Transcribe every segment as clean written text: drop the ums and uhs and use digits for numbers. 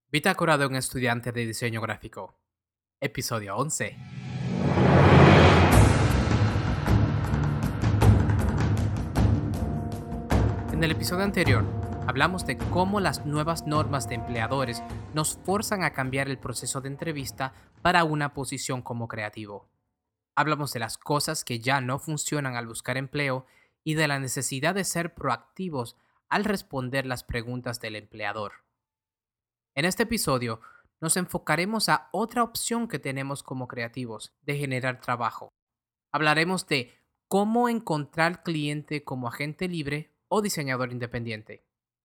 Bitácora de un estudiante de diseño gráfico. Episodio 11. En el episodio anterior, hablamos de cómo las nuevas normas de empleadores nos forzan a cambiar el proceso de entrevista para una posición como creativo. Hablamos de las cosas que ya no funcionan al buscar empleo y de la necesidad de ser proactivos al responder las preguntas del empleador. En este episodio, nos enfocaremos a otra opción que tenemos como creativos de generar trabajo. Hablaremos de cómo encontrar cliente como agente libre o diseñador independiente.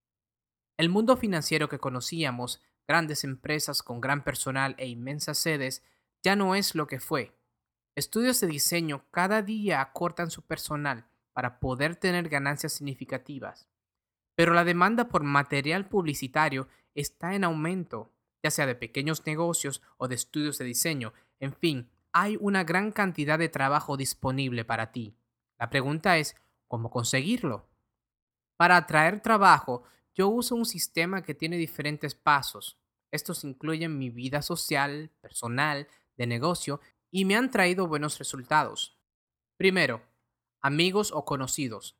El mundo financiero que conocíamos, grandes empresas con gran personal e inmensas sedes, ya no es lo que fue. Estudios de diseño cada día acortan su personal para poder tener ganancias significativas. Pero la demanda por material publicitario está en aumento, ya sea de pequeños negocios o de estudios de diseño. En fin, hay una gran cantidad de trabajo disponible para ti. La pregunta es, ¿cómo conseguirlo? Para atraer trabajo, yo uso un sistema que tiene diferentes pasos. Estos incluyen mi vida social, personal, de negocio y me han traído buenos resultados. Primero, amigos o conocidos.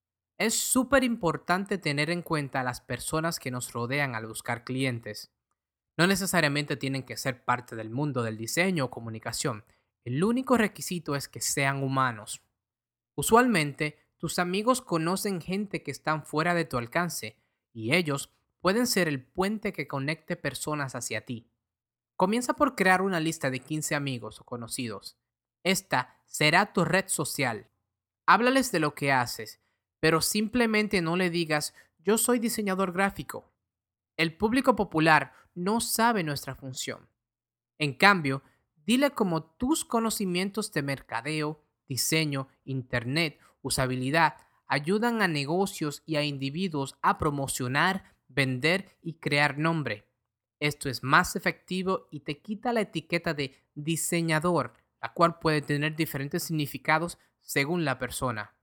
Es súper importante tener en cuenta a las personas que nos rodean al buscar clientes. No necesariamente tienen que ser parte del mundo del diseño o comunicación. El único requisito es que sean humanos. Usualmente, tus amigos conocen gente que están fuera de tu alcance y ellos pueden ser el puente que conecte personas hacia ti. Comienza por crear una lista de 15 amigos o conocidos. Esta será tu red social. Háblales de lo que haces, pero simplemente no le digas yo soy diseñador gráfico. El público popular no sabe nuestra función. En cambio, dile cómo tus conocimientos de mercadeo, diseño, internet, usabilidad ayudan a negocios y a individuos a promocionar, vender y crear nombre. Esto es más efectivo y te quita la etiqueta de diseñador, la cual puede tener diferentes significados según la persona.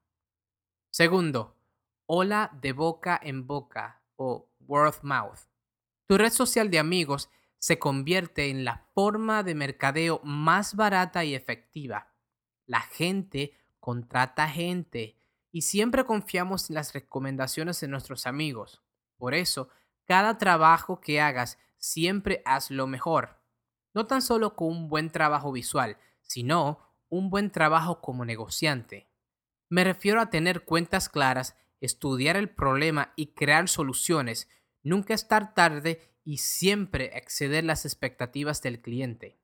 Segundo, hola de boca en boca o word of mouth. Tu red social de amigos se convierte en la forma de mercadeo más barata y efectiva. La gente contrata gente y siempre confiamos en las recomendaciones de nuestros amigos. Por eso, cada trabajo que hagas, siempre haz lo mejor. No tan solo con un buen trabajo visual, sino un buen trabajo como negociante. Me refiero a tener cuentas claras, estudiar el problema y crear soluciones, nunca estar tarde y siempre exceder las expectativas del cliente.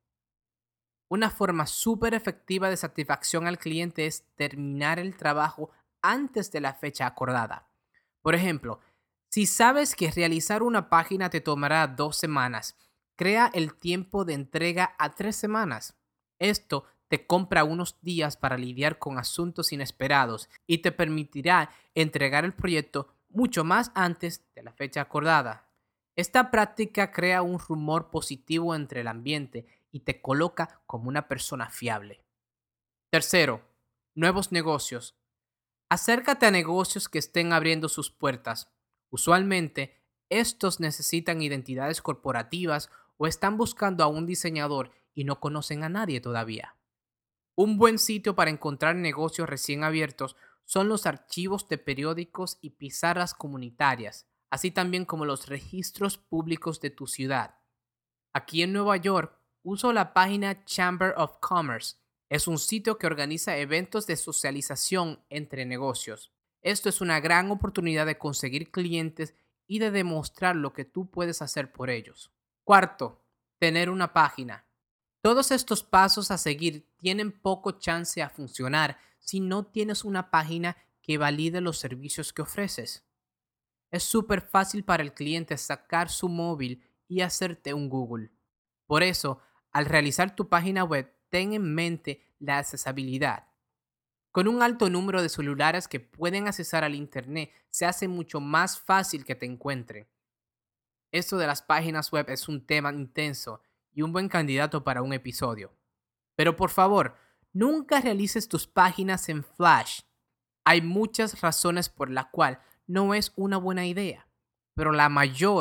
Una forma súper efectiva de satisfacción al cliente es terminar el trabajo antes de la fecha acordada. Por ejemplo, si sabes que realizar una página te tomará 2 semanas, crea el tiempo de entrega a 3 semanas. Esto te compra unos días para lidiar con asuntos inesperados y te permitirá entregar el proyecto mucho más antes de la fecha acordada. Esta práctica crea un rumor positivo entre el ambiente y te coloca como una persona fiable. Tercero, nuevos negocios. Acércate a negocios que estén abriendo sus puertas. Usualmente, estos necesitan identidades corporativas o están buscando a un diseñador y no conocen a nadie todavía. Un buen sitio para encontrar negocios recién abiertos son los archivos de periódicos y pizarras comunitarias, así también como los registros públicos de tu ciudad. Aquí en Nueva York, uso la página Chamber of Commerce. Es un sitio que organiza eventos de socialización entre negocios. Esto es una gran oportunidad de conseguir clientes y de demostrar lo que tú puedes hacer por ellos. Cuarto, tener una página. Todos estos pasos a seguir tienen poco chance a funcionar si no tienes una página que valide los servicios que ofreces. Es súper fácil para el cliente sacar su móvil y hacerte un Google. Por eso, al realizar tu página web, ten en mente la accesibilidad. Con un alto número de celulares que pueden accesar al Internet, se hace mucho más fácil que te encuentren. Esto de las páginas web es un tema intenso y un buen candidato para un episodio. Pero por favor, nunca realices tus páginas en Flash. Hay muchas razones por la cual no es una buena idea, pero la mayor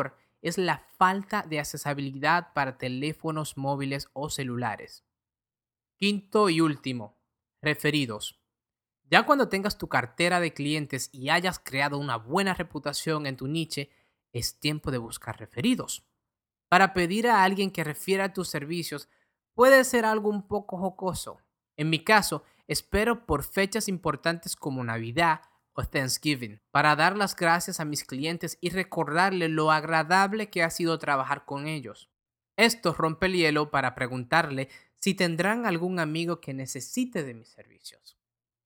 es la falta de accesibilidad para teléfonos móviles o celulares. Quinto y último, referidos. Ya cuando tengas tu cartera de clientes y hayas creado una buena reputación en tu niche, es tiempo de buscar referidos. Para pedir a alguien que refiera tus servicios puede ser algo un poco jocoso. En mi caso, espero por fechas importantes como Navidad o Thanksgiving para dar las gracias a mis clientes y recordarles lo agradable que ha sido trabajar con ellos. Esto rompe el hielo para preguntarle si tendrán algún amigo que necesite de mis servicios.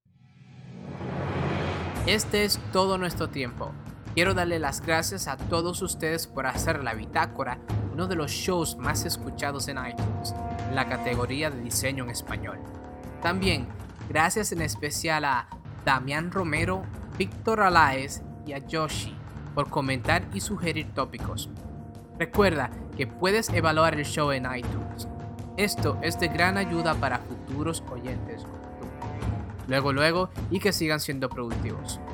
Este es todo nuestro tiempo. Quiero darle las gracias a todos ustedes por hacer La Bitácora uno de los shows más escuchados en iTunes, en la categoría de diseño en español. También, gracias en especial a Damián Romero, Víctor Aláez y a Yoshi por comentar y sugerir tópicos. Recuerda que puedes evaluar el show en iTunes. Esto es de gran ayuda para futuros oyentes como tú. Luego y que sigan siendo productivos.